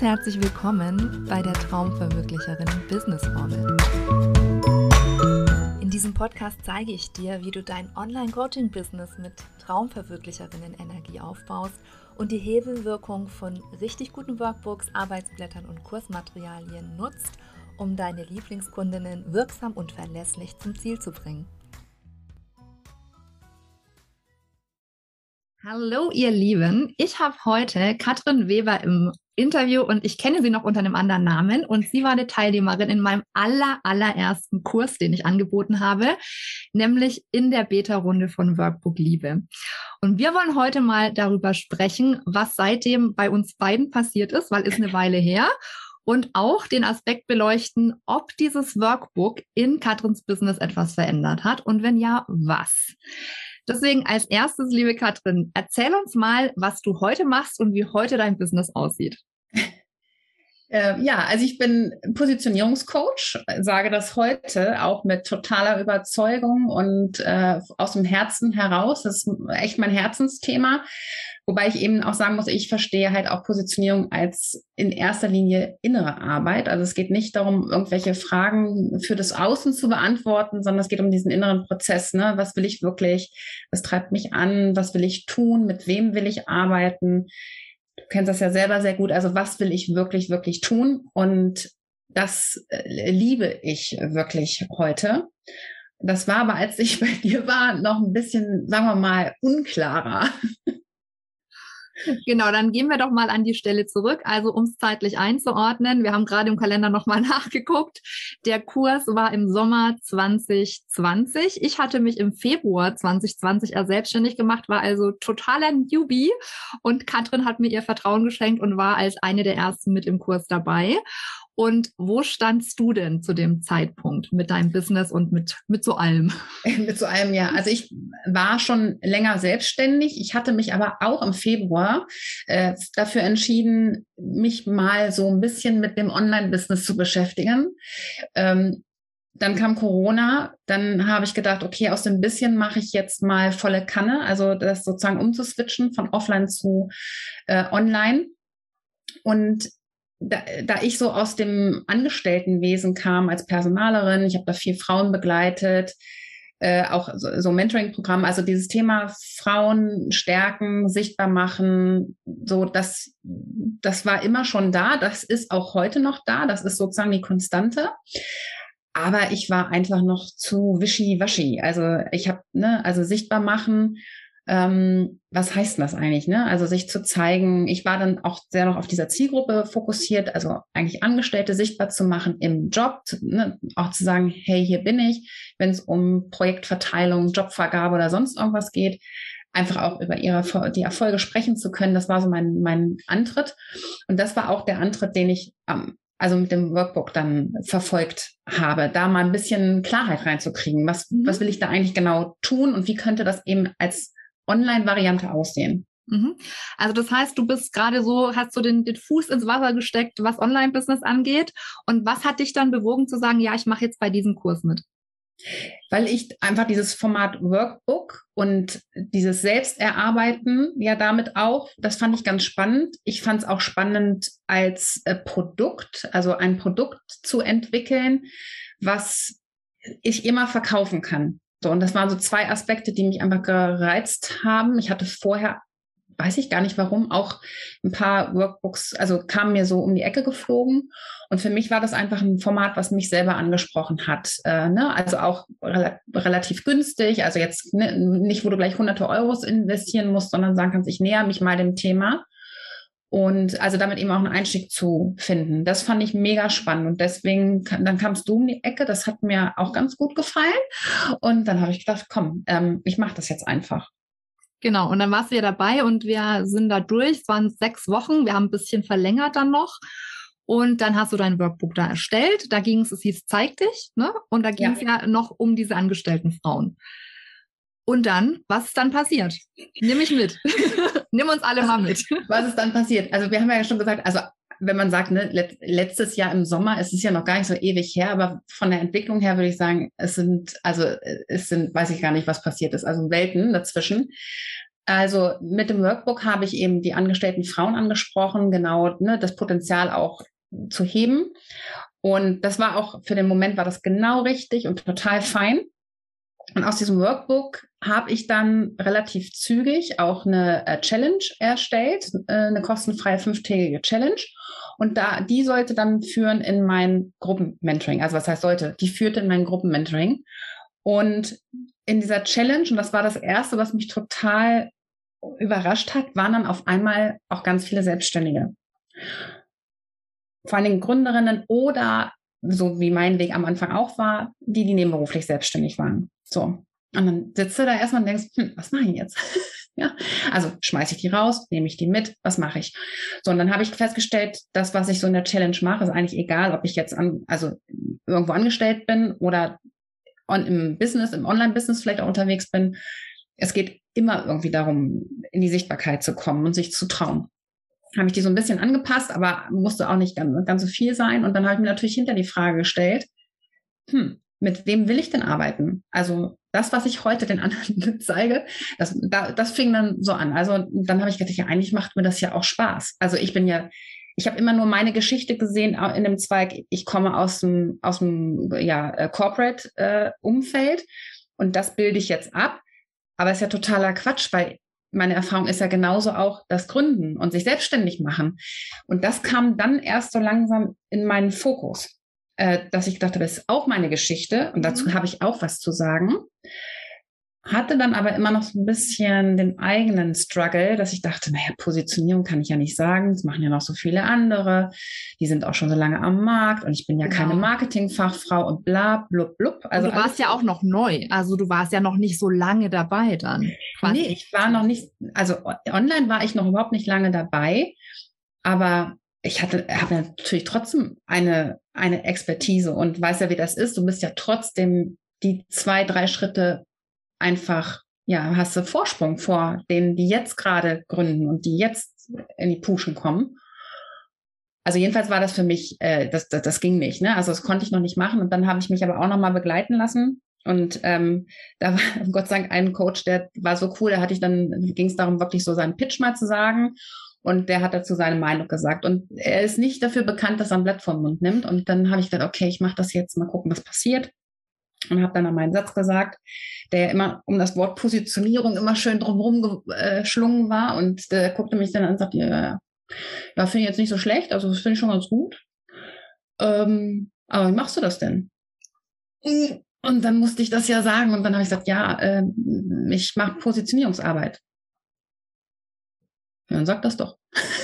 herzlich willkommen bei der Traumverwirklicherin Business Formel. In diesem Podcast zeige ich dir, wie du dein Online-Coaching-Business mit Traumverwirklicherinnen-Energie aufbaust und die Hebelwirkung von richtig guten Workbooks, Arbeitsblättern und Kursmaterialien nutzt, um deine Lieblingskundinnen wirksam und verlässlich zum Ziel zu bringen. Hallo ihr Lieben, ich habe heute Katrin Weber im Interview und ich kenne sie noch unter einem anderen Namen und sie war eine Teilnehmerin in meinem allerersten Kurs, den ich angeboten habe, nämlich in der Beta-Runde von Workbook Liebe. Und wir wollen heute mal darüber sprechen, was seitdem bei uns beiden passiert ist, weil ist eine Weile her, und auch den Aspekt beleuchten, ob dieses Workbook in Katrins Business etwas verändert hat und wenn ja, was. Deswegen als erstes, liebe Katrin, erzähl uns mal, was du heute machst und wie heute dein Business aussieht. Also ich bin Positionierungscoach, sage das heute auch mit totaler Überzeugung und aus dem Herzen heraus. Das ist echt mein Herzensthema. Wobei ich eben auch sagen muss, ich verstehe halt auch Positionierung als in erster Linie innere Arbeit. Also es geht nicht darum, irgendwelche Fragen für das Außen zu beantworten, sondern es geht um diesen inneren Prozess. Ne? Was will ich wirklich? Was treibt mich an? Was will ich tun? Mit wem will ich arbeiten? Du kennst das ja selber sehr gut. Also was will ich wirklich, wirklich tun? Und das liebe ich wirklich heute. Das war aber, als ich bei dir war, noch ein bisschen, sagen wir mal, unklarer. Genau, dann gehen wir doch mal an die Stelle zurück. Also um es zeitlich einzuordnen, wir haben gerade im Kalender nochmal nachgeguckt. Der Kurs war im Sommer 2020. Ich hatte mich im Februar 2020 selbstständig gemacht, war also totaler Newbie und Katrin hat mir ihr Vertrauen geschenkt und war als eine der ersten mit im Kurs dabei. Und wo standst du denn zu dem Zeitpunkt mit deinem Business und mit so allem? Mit so allem, ja. Also ich war schon länger selbstständig. Ich hatte mich aber auch im Februar dafür entschieden, mich mal so ein bisschen mit dem Online-Business zu beschäftigen. Dann kam Corona, dann habe ich gedacht, okay, aus dem bisschen mache ich jetzt mal volle Kanne, also das sozusagen umzuswitchen von offline zu online. Und da ich so aus dem Angestelltenwesen kam als Personalerin, ich habe da 4 Frauen begleitet, auch so Mentoring-Programm, also dieses Thema Frauen stärken, sichtbar machen, so das war immer schon da, das ist auch heute noch da, das ist sozusagen die Konstante. Aber ich war einfach noch zu wischiwaschi. Also ich habe, also sichtbar machen, was heißt das eigentlich, ne? Also sich zu zeigen, ich war dann auch sehr noch auf dieser Zielgruppe fokussiert, also eigentlich Angestellte sichtbar zu machen im Job, ne? Auch zu sagen, hey, hier bin ich, wenn es um Projektverteilung, Jobvergabe oder sonst irgendwas geht, einfach auch über die Erfolge sprechen zu können. Das war so mein Antritt. Und das war auch der Antritt, den ich also mit dem Workbook dann verfolgt habe, da mal ein bisschen Klarheit reinzukriegen. Was will ich da eigentlich genau tun und wie könnte das eben als Online-Variante aussehen? Also das heißt, du bist gerade so, hast du den Fuß ins Wasser gesteckt, was Online-Business angeht. Und was hat dich dann bewogen zu sagen, ja, ich mache jetzt bei diesem Kurs mit? Weil ich einfach dieses Format Workbook und dieses Selbsterarbeiten ja damit auch, das fand ich ganz spannend. Ich fand es auch spannend als Produkt, also ein Produkt zu entwickeln, was ich immer verkaufen kann. So, und das waren so 2 Aspekte, die mich einfach gereizt haben. Ich hatte vorher, weiß ich gar nicht warum, auch ein paar Workbooks, also kamen mir so um die Ecke geflogen. Und für mich war das einfach ein Format, was mich selber angesprochen hat. Also auch relativ günstig. Also jetzt nicht, wo du gleich hunderte Euros investieren musst, sondern sagen kannst, ich näher mich mal dem Thema. Und also damit eben auch einen Einstieg zu finden. Das fand ich mega spannend. Und deswegen, dann kamst du um die Ecke. Das hat mir auch ganz gut gefallen. Und dann habe ich gedacht, komm, ich mache das jetzt einfach. Genau, und dann warst du ja dabei und wir sind da durch. Es waren 6 Wochen, wir haben ein bisschen verlängert dann noch. Und dann hast du dein Workbook da erstellt. Da ging es hieß, zeig dich, ne? Und da ging es ja noch um diese angestellten Frauen. Und dann, was ist dann passiert? Nimm mich mit. Nimm uns alle mal mit. Was ist dann passiert? Also wir haben ja schon gesagt, also wenn man sagt, ne, letztes Jahr im Sommer, es ist ja noch gar nicht so ewig her, aber von der Entwicklung her würde ich sagen, es sind, weiß ich gar nicht, was passiert ist, also Welten dazwischen. Also mit dem Workbook habe ich eben die angestellten Frauen angesprochen, genau, ne, das Potenzial auch zu heben. Und das war auch, für den Moment war das genau richtig und total fein. Und aus diesem Workbook habe ich dann relativ zügig auch eine Challenge erstellt, eine kostenfreie 5-tägige Challenge. Und die sollte dann führen in mein Gruppenmentoring. Also was heißt sollte? Die führte in mein Gruppenmentoring. Und in dieser Challenge, und das war das Erste, was mich total überrascht hat, waren dann auf einmal auch ganz viele Selbstständige. Vor allen Dingen Gründerinnen oder, so wie mein Weg am Anfang auch war, die nebenberuflich selbstständig waren. So. Und dann sitzt du da erstmal und denkst, was mache ich jetzt? Ja, also schmeiße ich die raus, nehme ich die mit, was mache ich? So, und dann habe ich festgestellt, das, was ich so in der Challenge mache, ist eigentlich egal, ob ich jetzt irgendwo angestellt bin oder im Business, im Online-Business vielleicht auch unterwegs bin. Es geht immer irgendwie darum, in die Sichtbarkeit zu kommen und sich zu trauen. Habe ich die so ein bisschen angepasst, aber musste auch nicht ganz so viel sein. Und dann habe ich mir natürlich hinter die Frage gestellt, mit wem will ich denn arbeiten? Also das, was ich heute den anderen zeige, das fing dann so an. Also dann habe ich gedacht, ja, eigentlich macht mir das ja auch Spaß. Also ich habe immer nur meine Geschichte gesehen in dem Zweig. Ich komme aus dem Corporate-Umfeld und das bilde ich jetzt ab. Aber es ist ja totaler Quatsch, weil meine Erfahrung ist ja genauso auch das Gründen und sich selbstständig machen. Und das kam dann erst so langsam in meinen Fokus, dass ich dachte, das ist auch meine Geschichte und dazu habe ich auch was zu sagen. Hatte dann aber immer noch so ein bisschen den eigenen Struggle, dass ich dachte, naja, Positionierung kann ich ja nicht sagen, das machen ja noch so viele andere, die sind auch schon so lange am Markt und ich bin ja keine Marketingfachfrau und bla, blub, blub. Also du warst ja auch noch neu, also du warst ja noch nicht so lange dabei dann. Quasi. Nee, ich war noch nicht, also online war ich noch überhaupt nicht lange dabei, aber ich habe natürlich trotzdem eine Expertise und weiß ja, wie das ist. Du bist ja trotzdem die 2-3 Schritte einfach, ja, hast du Vorsprung vor denen, die jetzt gerade gründen und die jetzt in die Puschen kommen. Also jedenfalls war das für mich, das ging nicht, ne? Also das konnte ich noch nicht machen und dann habe ich mich aber auch noch mal begleiten lassen. Und da war Gott sei Dank ein Coach, der war so cool, ging es darum, wirklich so seinen Pitch mal zu sagen. Und der hat dazu seine Meinung gesagt. Und er ist nicht dafür bekannt, dass er ein Blatt vom Mund nimmt. Und dann habe ich gedacht, okay, ich mache das jetzt, mal gucken, was passiert. Und habe dann noch meinen Satz gesagt, der ja immer um das Wort Positionierung immer schön drumherum geschlungen war. Und der guckte mich dann an und sagte, ja, finde ich jetzt nicht so schlecht, also das finde ich schon ganz gut. Aber wie machst du das denn? Und dann musste ich das ja sagen. Und dann habe ich gesagt, ja, ich mache Positionierungsarbeit. Ja, dann sag das doch.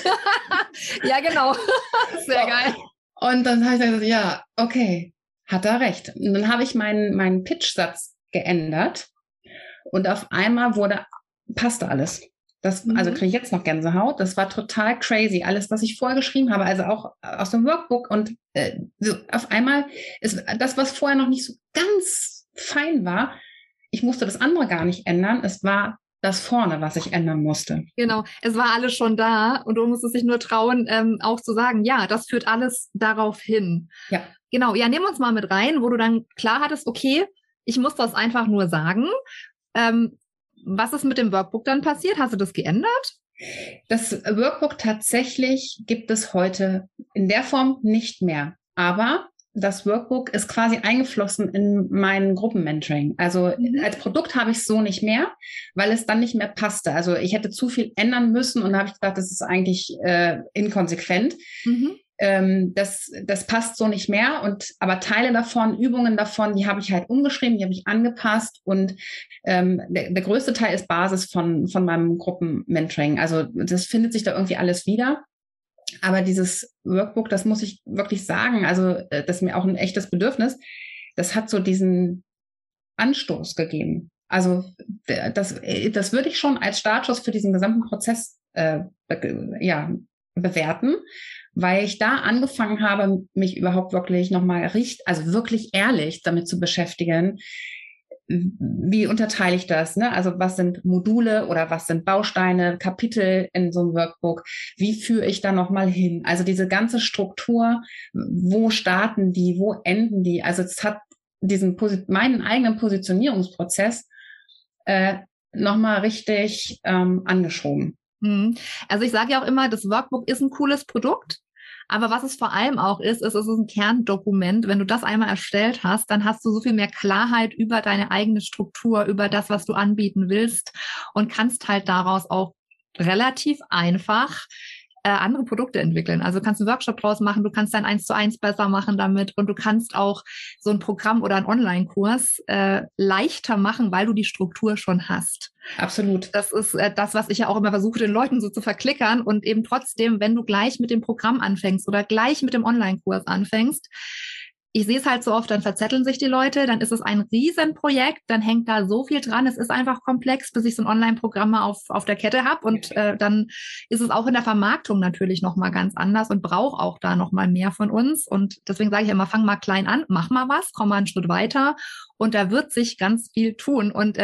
Ja, genau. Sehr geil. Und dann habe ich gesagt, ja, okay, hat er recht. Und dann habe ich meinen Pitch-Satz geändert und auf einmal passte alles. Also kriege ich jetzt noch Gänsehaut. Das war total crazy. Alles, was ich vorher geschrieben habe, also auch aus dem Workbook und so auf einmal ist das, was vorher noch nicht so ganz fein war, ich musste das andere gar nicht ändern. Es war das vorne, was ich ändern musste. Genau, es war alles schon da und du musstest dich nur trauen, auch zu sagen, ja, das führt alles darauf hin. Ja. Genau, ja, nehmen wir uns mal mit rein, wo du dann klar hattest, okay, ich muss das einfach nur sagen. Was ist mit dem Workbook dann passiert? Hast du das geändert? Das Workbook tatsächlich gibt es heute in der Form nicht mehr, aber das Workbook ist quasi eingeflossen in mein Gruppenmentoring. Also als Produkt habe ich es so nicht mehr, weil es dann nicht mehr passte. Also ich hätte zu viel ändern müssen und da habe ich gedacht, das ist eigentlich inkonsequent. Das passt so nicht mehr. Aber Teile davon, Übungen davon, die habe ich halt umgeschrieben, die habe ich angepasst und der größte Teil ist Basis von meinem Gruppenmentoring. Also das findet sich da irgendwie alles wieder. Aber dieses Workbook, das muss ich wirklich sagen, also das ist mir auch ein echtes Bedürfnis, das hat so diesen Anstoß gegeben. Also das würde ich schon als Startschuss für diesen gesamten Prozess bewerten, weil ich da angefangen habe, mich überhaupt wirklich nochmal wirklich ehrlich damit zu beschäftigen, wie unterteile ich das? Ne? Also was sind Module oder was sind Bausteine, Kapitel in so einem Workbook? Wie führe ich da nochmal hin? Also diese ganze Struktur, wo starten die, wo enden die? Also es hat meinen eigenen Positionierungsprozess nochmal richtig angeschoben. Also ich sage ja auch immer, das Workbook ist ein cooles Produkt. Aber was es vor allem auch ist, es ist ein Kerndokument. Wenn du das einmal erstellt hast, dann hast du so viel mehr Klarheit über deine eigene Struktur, über das, was du anbieten willst und kannst halt daraus auch relativ einfach andere Produkte entwickeln. Also du kannst einen Workshop draus machen, du kannst dein 1:1 besser machen damit und du kannst auch so ein Programm oder einen Online-Kurs leichter machen, weil du die Struktur schon hast. Absolut. Das ist das, was ich ja auch immer versuche, den Leuten so zu verklickern und eben trotzdem, wenn du gleich mit dem Programm anfängst oder gleich mit dem Online-Kurs anfängst, ich sehe es halt so oft, dann verzetteln sich die Leute, dann ist es ein Riesenprojekt, dann hängt da so viel dran, es ist einfach komplex, bis ich so ein Online-Programm mal auf der Kette habe und dann ist es auch in der Vermarktung natürlich nochmal ganz anders und braucht auch da nochmal mehr von uns und deswegen sage ich immer, fang mal klein an, mach mal was, komm mal einen Schritt weiter und da wird sich ganz viel tun und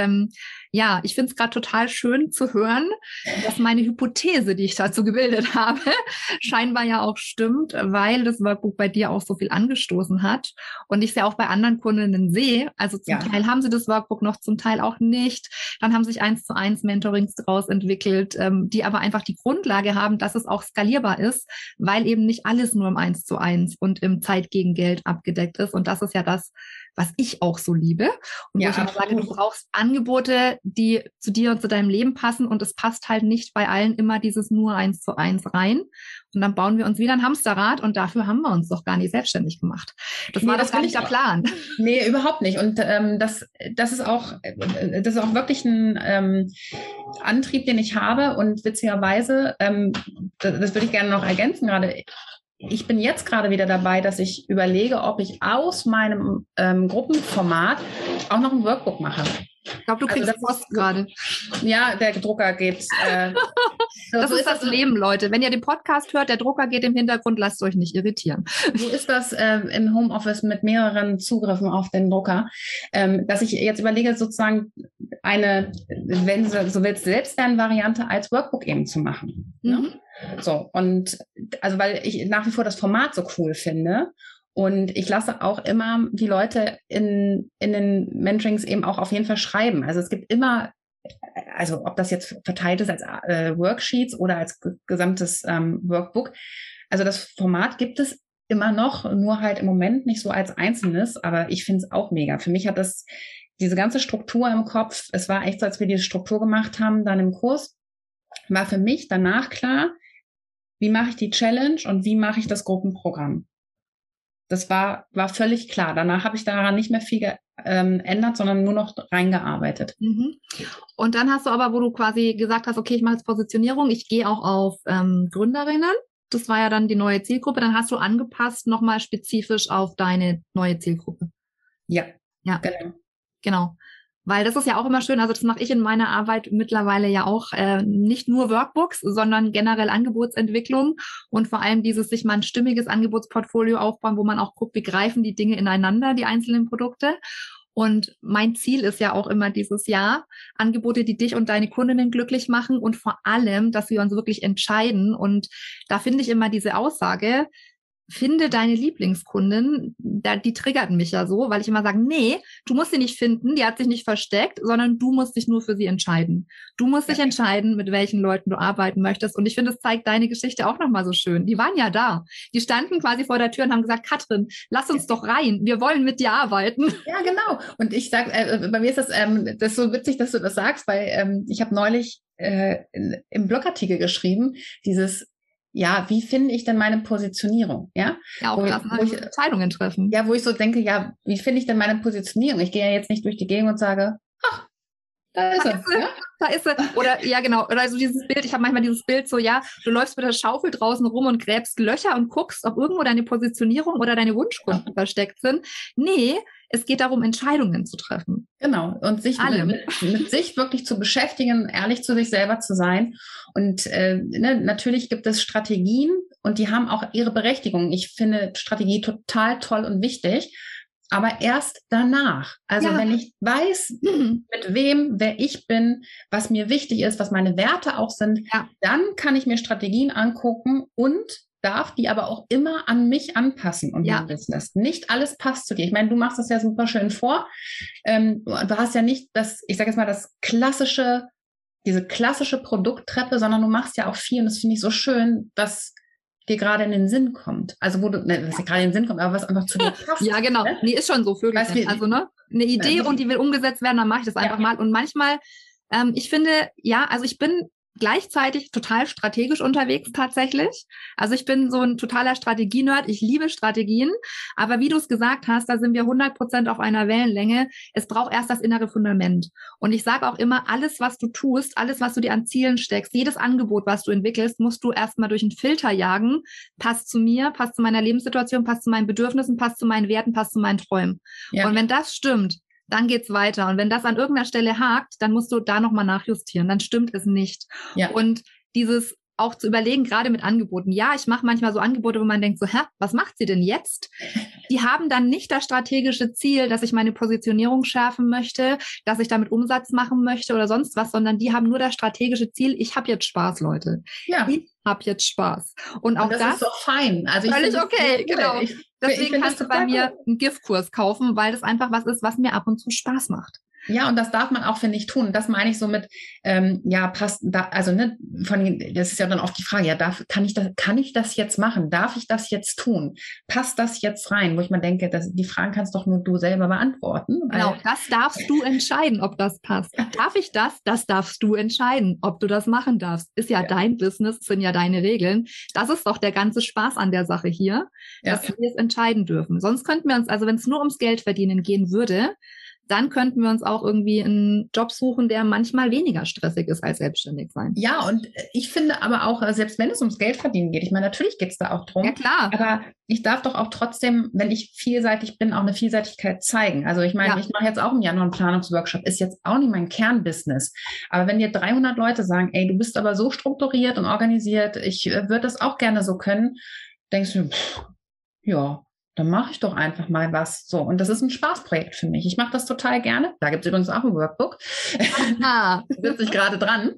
ja, ich finde es gerade total schön zu hören, dass meine Hypothese, die ich dazu gebildet habe, scheinbar ja auch stimmt, weil das Workbook bei dir auch so viel angestoßen hat und ich es ja auch bei anderen Kundinnen sehe. Also zum Teil haben sie das Workbook noch, zum Teil auch nicht. Dann haben sich 1:1 Mentorings daraus entwickelt, die aber einfach die Grundlage haben, dass es auch skalierbar ist, weil eben nicht alles nur im 1:1 und im Zeit gegen Geld abgedeckt ist. Und das ist ja das, was ich auch so liebe. Und wo ich immer sage, du brauchst Angebote, die zu dir und zu deinem Leben passen und es passt halt nicht bei allen immer dieses nur 1:1 rein. Und dann bauen wir uns wieder ein Hamsterrad und dafür haben wir uns doch gar nicht selbstständig gemacht. Das war doch gar nicht der Plan. Nee, überhaupt nicht. Und das ist auch wirklich ein Antrieb, den ich habe. Und witzigerweise, das würde ich gerne noch ergänzen gerade. Ich bin jetzt gerade wieder dabei, dass ich überlege, ob ich aus meinem Gruppenformat auch noch ein Workbook mache. Ich glaube, du kriegst Post gerade. Ja, der Drucker geht. Das ist das Leben, Leute. Wenn ihr den Podcast hört, der Drucker geht im Hintergrund, lasst euch nicht irritieren. So ist das im Homeoffice mit mehreren Zugriffen auf den Drucker, dass ich jetzt überlege, sozusagen eine, wenn du so willst, Selbstlernvariante als Workbook eben zu machen. Ne? So, und also weil ich nach wie vor das Format so cool finde. Und ich lasse auch immer die Leute in den Mentorings eben auch auf jeden Fall schreiben. Also es gibt immer, also ob das jetzt verteilt ist als Worksheets oder als gesamtes Workbook. Also das Format gibt es immer noch, nur halt im Moment nicht so als Einzelnes, aber ich finde es auch mega. Für mich hat das diese ganze Struktur im Kopf, es war echt so, als wir diese Struktur gemacht haben, dann im Kurs, war für mich danach klar, wie mache ich die Challenge und wie mache ich das Gruppenprogramm. Das war völlig klar. Danach habe ich daran nicht mehr viel geändert, sondern nur noch reingearbeitet. Und dann hast du aber, wo du quasi gesagt hast, okay, ich mache jetzt Positionierung, ich gehe auch auf Gründerinnen. Das war ja dann die neue Zielgruppe. Dann hast du angepasst nochmal spezifisch auf deine neue Zielgruppe. Ja, genau. Weil das ist ja auch immer schön, also das mache ich in meiner Arbeit mittlerweile ja auch nicht nur Workbooks, sondern generell Angebotsentwicklung und vor allem dieses sich mal ein stimmiges Angebotsportfolio aufbauen, wo man auch guckt, wie greifen die Dinge ineinander, die einzelnen Produkte. Und mein Ziel ist ja auch immer dieses Jahr, Angebote, die dich und deine Kundinnen glücklich machen und vor allem, dass wir uns wirklich entscheiden. Und da finde ich immer diese Aussage, finde deine Lieblingskundin, die triggert mich ja so, weil ich immer sage, nee, du musst sie nicht finden, die hat sich nicht versteckt, sondern du musst dich nur für sie entscheiden. Du musst dich entscheiden, mit welchen Leuten du arbeiten möchtest. Und ich finde, es zeigt deine Geschichte auch nochmal so schön. Die waren ja da. Die standen quasi vor der Tür und haben gesagt, Katrin, lass uns doch rein. Wir wollen mit dir arbeiten. Ja, genau. Und ich sage, bei mir ist das ist so witzig, dass du das sagst, weil ich habe neulich im Blogartikel geschrieben, ja, wie finde ich denn meine Positionierung? Ja, auch das, wo ich Entscheidungen treffen. Ja, wo ich so denke, ja, wie finde ich denn meine Positionierung? Ich gehe ja jetzt nicht durch die Gegend und sage, ach, da ist sie. Ja? Da ist sie. Oder, ja, genau. Oder so dieses Bild, ich habe manchmal dieses Bild so, ja, du läufst mit der Schaufel draußen rum und gräbst Löcher und guckst, ob irgendwo deine Positionierung oder deine Wunschkunden versteckt sind. Nee, es geht darum, Entscheidungen zu treffen. Genau. Und sich mit sich wirklich zu beschäftigen, ehrlich zu sich selber zu sein. Und natürlich gibt es Strategien und die haben auch ihre Berechtigung. Ich finde Strategie total toll und wichtig. Aber erst danach. Also wenn ich weiß, mit wem, wer ich bin, was mir wichtig ist, was meine Werte auch sind, dann kann ich mir Strategien angucken und darf die aber auch immer an mich anpassen und mein Business. Nicht alles passt zu dir. Ich meine, du machst das ja super schön vor. Du hast ja nicht ich sage jetzt mal, diese klassische Produkttreppe, sondern du machst ja auch viel, und das finde ich so schön, dass dir gerade in den Sinn kommt. Also was dir gerade in den Sinn kommt, aber was einfach zu dir passt. Ja, genau. Ne? Nee, ist schon so, Vögelchen. Also, ne? Eine Idee und die will umgesetzt werden, dann mache ich das einfach mal. Und manchmal, ich finde, also ich bin gleichzeitig total strategisch unterwegs tatsächlich. Also ich bin so ein totaler Strategie-Nerd. Ich liebe Strategien. Aber wie du es gesagt hast, da sind wir 100% auf einer Wellenlänge. Es braucht erst das innere Fundament. Und ich sage auch immer, alles, was du tust, alles, was du dir an Zielen steckst, jedes Angebot, was du entwickelst, musst du erstmal durch einen Filter jagen. Passt zu mir, passt zu meiner Lebenssituation, passt zu meinen Bedürfnissen, passt zu meinen Werten, passt zu meinen Träumen. Ja. Und wenn das stimmt, dann geht's weiter. Und wenn das an irgendeiner Stelle hakt, dann musst du da nochmal nachjustieren. Dann stimmt es nicht. Ja. Und dieses auch zu überlegen, gerade mit Angeboten. Ja, ich mache manchmal so Angebote, wo man denkt so, was macht sie denn jetzt? Die haben dann nicht das strategische Ziel, dass ich meine Positionierung schärfen möchte, dass ich damit Umsatz machen möchte oder sonst was, sondern die haben nur das strategische Ziel, ich habe jetzt Spaß, Leute. Ja. Ich habe jetzt Spaß. Und auch das ist doch fein. Also völlig okay, genau. Deswegen kannst du bei mir einen GIF-Kurs kaufen, weil das einfach was ist, was mir ab und zu Spaß macht. Ja, und das darf man auch, finde ich, tun. Das meine ich so mit, passt da, also ne, das ist ja dann oft die Frage, kann ich das jetzt machen? Darf ich das jetzt tun? Passt das jetzt rein? Wo ich mir denke, die Fragen kannst doch nur du selber beantworten. Genau, das darfst du entscheiden, ob das passt. Darf ich das? Das darfst du entscheiden, ob du das machen darfst. Ist ja dein Business, sind ja deine Regeln. Das ist doch der ganze Spaß an der Sache hier, dass wir es entscheiden dürfen. Sonst könnten wir uns, also wenn es nur ums Geld verdienen gehen würde, dann könnten wir uns auch irgendwie einen Job suchen, der manchmal weniger stressig ist als selbstständig sein. Ja, und ich finde aber auch, selbst wenn es ums Geld verdienen geht, ich meine, natürlich geht es da auch drum. Ja, klar. Aber ich darf doch auch trotzdem, wenn ich vielseitig bin, auch eine Vielseitigkeit zeigen. Also ich meine, ich mache jetzt auch im Januar einen Planungsworkshop, ist jetzt auch nicht mein Kernbusiness. Aber wenn dir 300 Leute sagen, ey, du bist aber so strukturiert und organisiert, ich würde das auch gerne so können, denkst du, ja, dann mache ich doch einfach mal was. So, und das ist ein Spaßprojekt für mich. Ich mache das total gerne. Da gibt es übrigens auch ein Workbook. Da sitze ich gerade dran.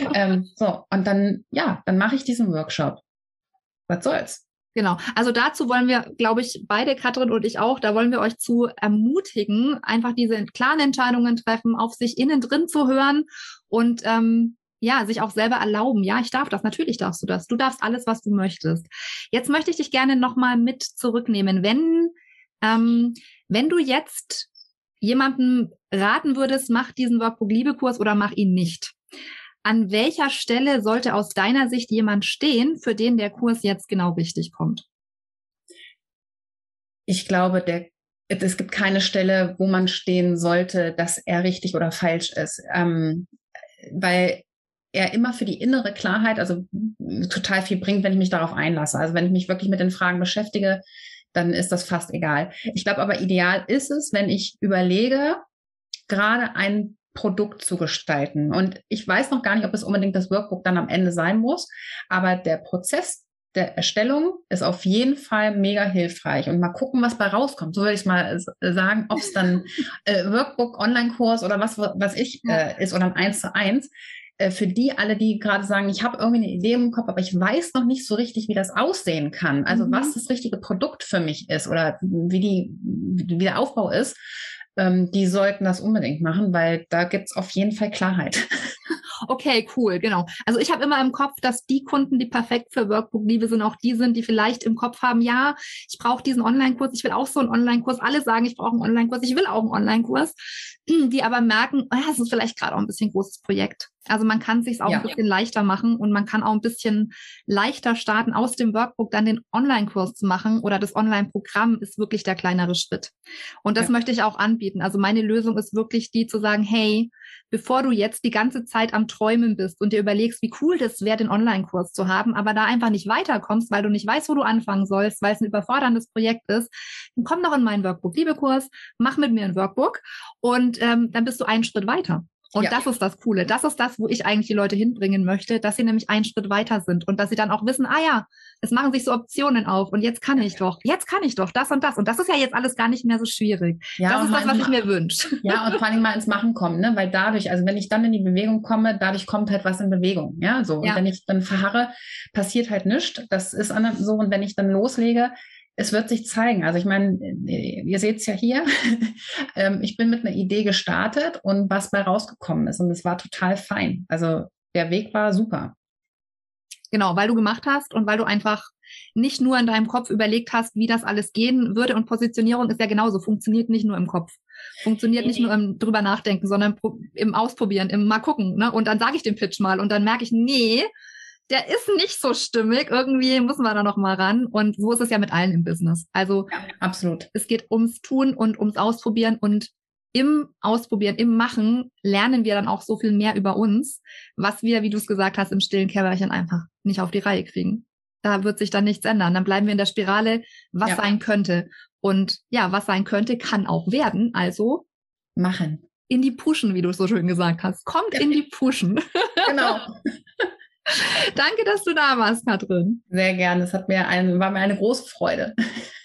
Und dann mache ich diesen Workshop. Was soll's? Genau. Also dazu wollen wir, glaube ich, beide, Katrin und ich auch, da wollen wir euch zu ermutigen, einfach diese klaren Entscheidungen treffen, auf sich innen drin zu hören und sich auch selber erlauben. Ja, ich darf das. Natürlich darfst du das. Du darfst alles, was du möchtest. Jetzt möchte ich dich gerne nochmal mit zurücknehmen. Wenn du jetzt jemandem raten würdest, mach diesen Workbook-Liebe-Kurs oder mach ihn nicht. An welcher Stelle sollte aus deiner Sicht jemand stehen, für den der Kurs jetzt genau richtig kommt? Ich glaube, es gibt keine Stelle, wo man stehen sollte, dass er richtig oder falsch ist. Weil er immer für die innere Klarheit, also total viel bringt, wenn ich mich darauf einlasse. Also wenn ich mich wirklich mit den Fragen beschäftige, dann ist das fast egal. Ich glaube aber, ideal ist es, wenn ich überlege, gerade ein Produkt zu gestalten. Und ich weiß noch gar nicht, ob es unbedingt das Workbook dann am Ende sein muss, aber der Prozess der Erstellung ist auf jeden Fall mega hilfreich. Und mal gucken, was bei rauskommt. So würde ich mal sagen, ob es dann Workbook, Online-Kurs oder was ich ist oder ein 1:1. Für die alle, die gerade sagen, ich habe irgendwie eine Idee im Kopf, aber ich weiß noch nicht so richtig, wie das aussehen kann. Also was das richtige Produkt für mich ist oder wie der Aufbau ist, die sollten das unbedingt machen, weil da gibt's auf jeden Fall Klarheit. Okay, cool, genau. Also ich habe immer im Kopf, dass die Kunden, die perfekt für Workbook-Liebe sind, auch die sind, die vielleicht im Kopf haben, ja, ich brauche diesen Online-Kurs, ich will auch so einen Online-Kurs. Alle sagen, ich brauche einen Online-Kurs, ich will auch einen Online-Kurs. Die aber merken, das ist vielleicht gerade auch ein bisschen großes Projekt. Also man kann es sich auch ein bisschen leichter machen und man kann auch ein bisschen leichter starten, aus dem Workbook dann den Online-Kurs zu machen oder das Online-Programm ist wirklich der kleinere Schritt. Und das möchte ich auch anbieten. Also meine Lösung ist wirklich die zu sagen, hey, bevor du jetzt die ganze Zeit am Träumen bist und dir überlegst, wie cool das wäre, den Online-Kurs zu haben, aber da einfach nicht weiterkommst, weil du nicht weißt, wo du anfangen sollst, weil es ein überforderndes Projekt ist, dann komm doch in meinen Workbook-Liebe-Kurs, mach mit mir ein Workbook und dann bist du einen Schritt weiter. Und das ist das Coole. Das ist das, wo ich eigentlich die Leute hinbringen möchte, dass sie nämlich einen Schritt weiter sind und dass sie dann auch wissen, es machen sich so Optionen auf und jetzt kann ich doch das und das. Und das ist ja jetzt alles gar nicht mehr so schwierig. Das ist das, was ich mir wünsche. Ja, und vor allem mal ins Machen kommen, ne? Weil dadurch, also wenn ich dann in die Bewegung komme, dadurch kommt halt was in Bewegung, ja, so. Und wenn ich dann verharre, passiert halt nichts. Das ist so. Und wenn ich dann loslege, es wird sich zeigen. Also ich meine, ihr seht es ja hier. Ich bin mit einer Idee gestartet und was bei rausgekommen ist. Und es war total fein. Also der Weg war super. Genau, weil du gemacht hast und weil du einfach nicht nur in deinem Kopf überlegt hast, wie das alles gehen würde. Und Positionierung ist ja genauso, funktioniert nicht nur im Kopf. Funktioniert nicht nur im drüber nachdenken, sondern im Ausprobieren, im mal gucken. Ne? Und dann sage ich den Pitch mal und dann merke ich, nee, der ist nicht so stimmig. Irgendwie müssen wir da noch mal ran. Und so ist es ja mit allen im Business. Also ja, absolut. Es geht ums Tun und ums Ausprobieren. Und im Ausprobieren, im Machen lernen wir dann auch so viel mehr über uns, was wir, wie du es gesagt hast, im stillen Kämmerchen einfach nicht auf die Reihe kriegen. Da wird sich dann nichts ändern. Dann bleiben wir in der Spirale, was sein könnte. Und ja, was sein könnte, kann auch werden. Also machen. In die Pushen, wie du es so schön gesagt hast. Kommt in die Pushen. Genau. Danke, dass du da warst, Katrin. Sehr gerne. Das war mir eine große Freude.